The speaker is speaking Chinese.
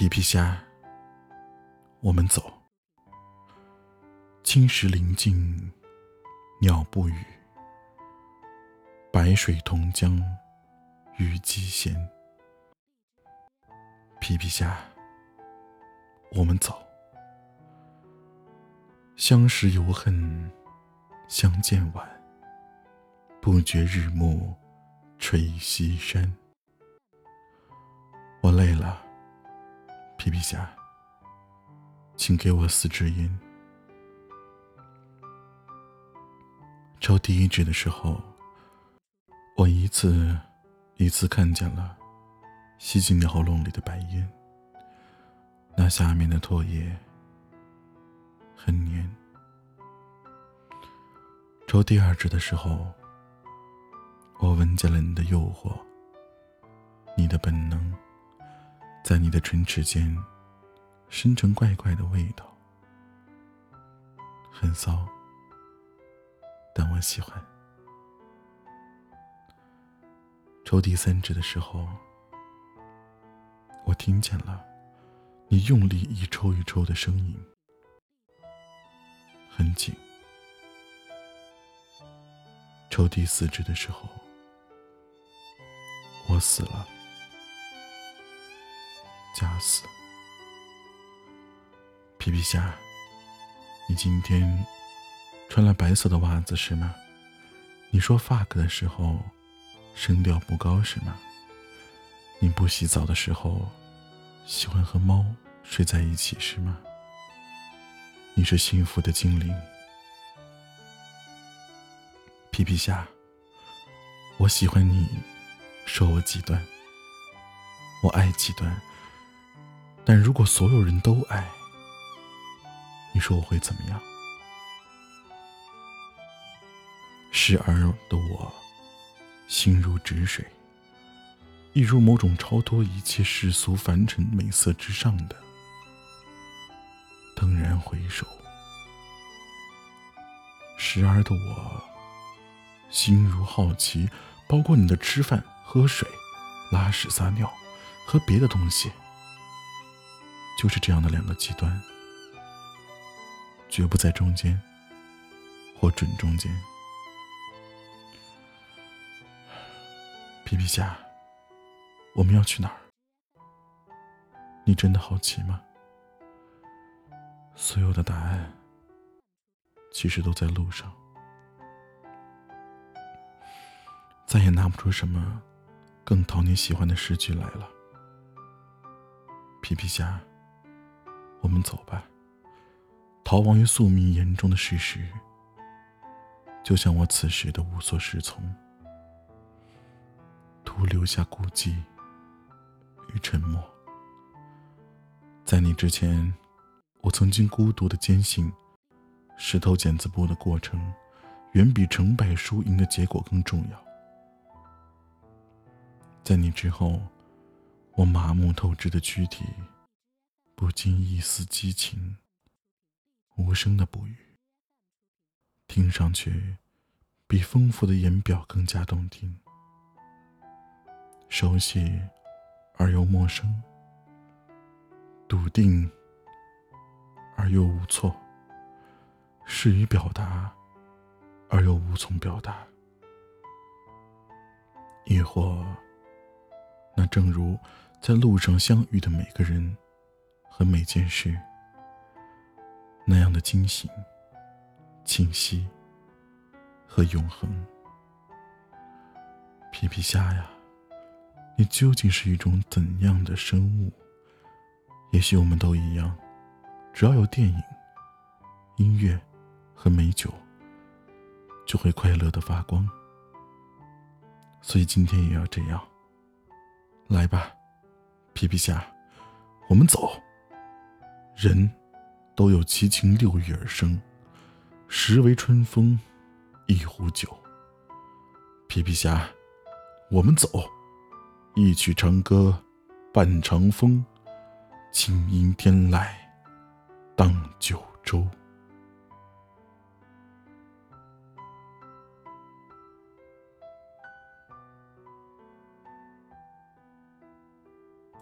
皮皮虾，我们走。青石临近，鸟不语。白水同江，鱼饥咸。皮皮虾，我们走。相识犹恨，相见晚。不觉日暮垂西山。我累了，皮皮虾，请给我4支烟。抽第1支的时候，我一次一次看见了吸进你喉咙里的白烟，那下面的唾液很黏。抽第2支的时候，我闻见了你的诱惑，你的本能，在你的唇齿间生成怪怪的味道，很骚，但我喜欢。抽第3支的时候，我听见了你用力一抽一抽的声音，很紧。抽第4支的时候，我死了，假死。皮皮虾，你今天穿了白色的袜子是吗？你说 fuck 的时候声调不高是吗？你不洗澡的时候喜欢和猫睡在一起是吗？你是幸福的精灵。皮皮虾，我喜欢你说我极端，我爱极端，但如果所有人都爱，你说我会怎么样？时而的我心如止水，一如某种超脱一切世俗凡尘美色之上的腾然回首。时而的我心如好奇，包括你的吃饭、喝水、拉屎、撒尿和别的东西，就是这样的2个极端，绝不在中间或准中间。皮皮虾，我们要去哪儿？你真的好奇吗？所有的答案其实都在路上。再也拿不出什么更讨你喜欢的诗句来了。皮皮虾，我们走吧，逃亡于宿命严重的事实，就像我此时的无所适从，徒留下孤寂与沉默。在你之前，我曾经孤独地坚信，石头剪子布的过程远比成败输赢的结果更重要。在你之后，我麻木透支的躯体不禁一丝激情，无声的哺育，听上去比丰富的言表更加动听，熟悉而又陌生，笃定而又无措，适于表达而又无从表达。亦或那正如在路上相遇的每个人和每件事那样的惊醒、清晰和永恒。皮皮虾呀，你究竟是一种怎样的生物？也许我们都一样，只要有电影、音乐和美酒，就会快乐地发光。所以今天也要这样。来吧，皮皮虾，我们走。人都有七情六欲而生，时为春风一壶酒。皮皮虾，我们走，一曲长歌伴长风，清音天籁荡九州。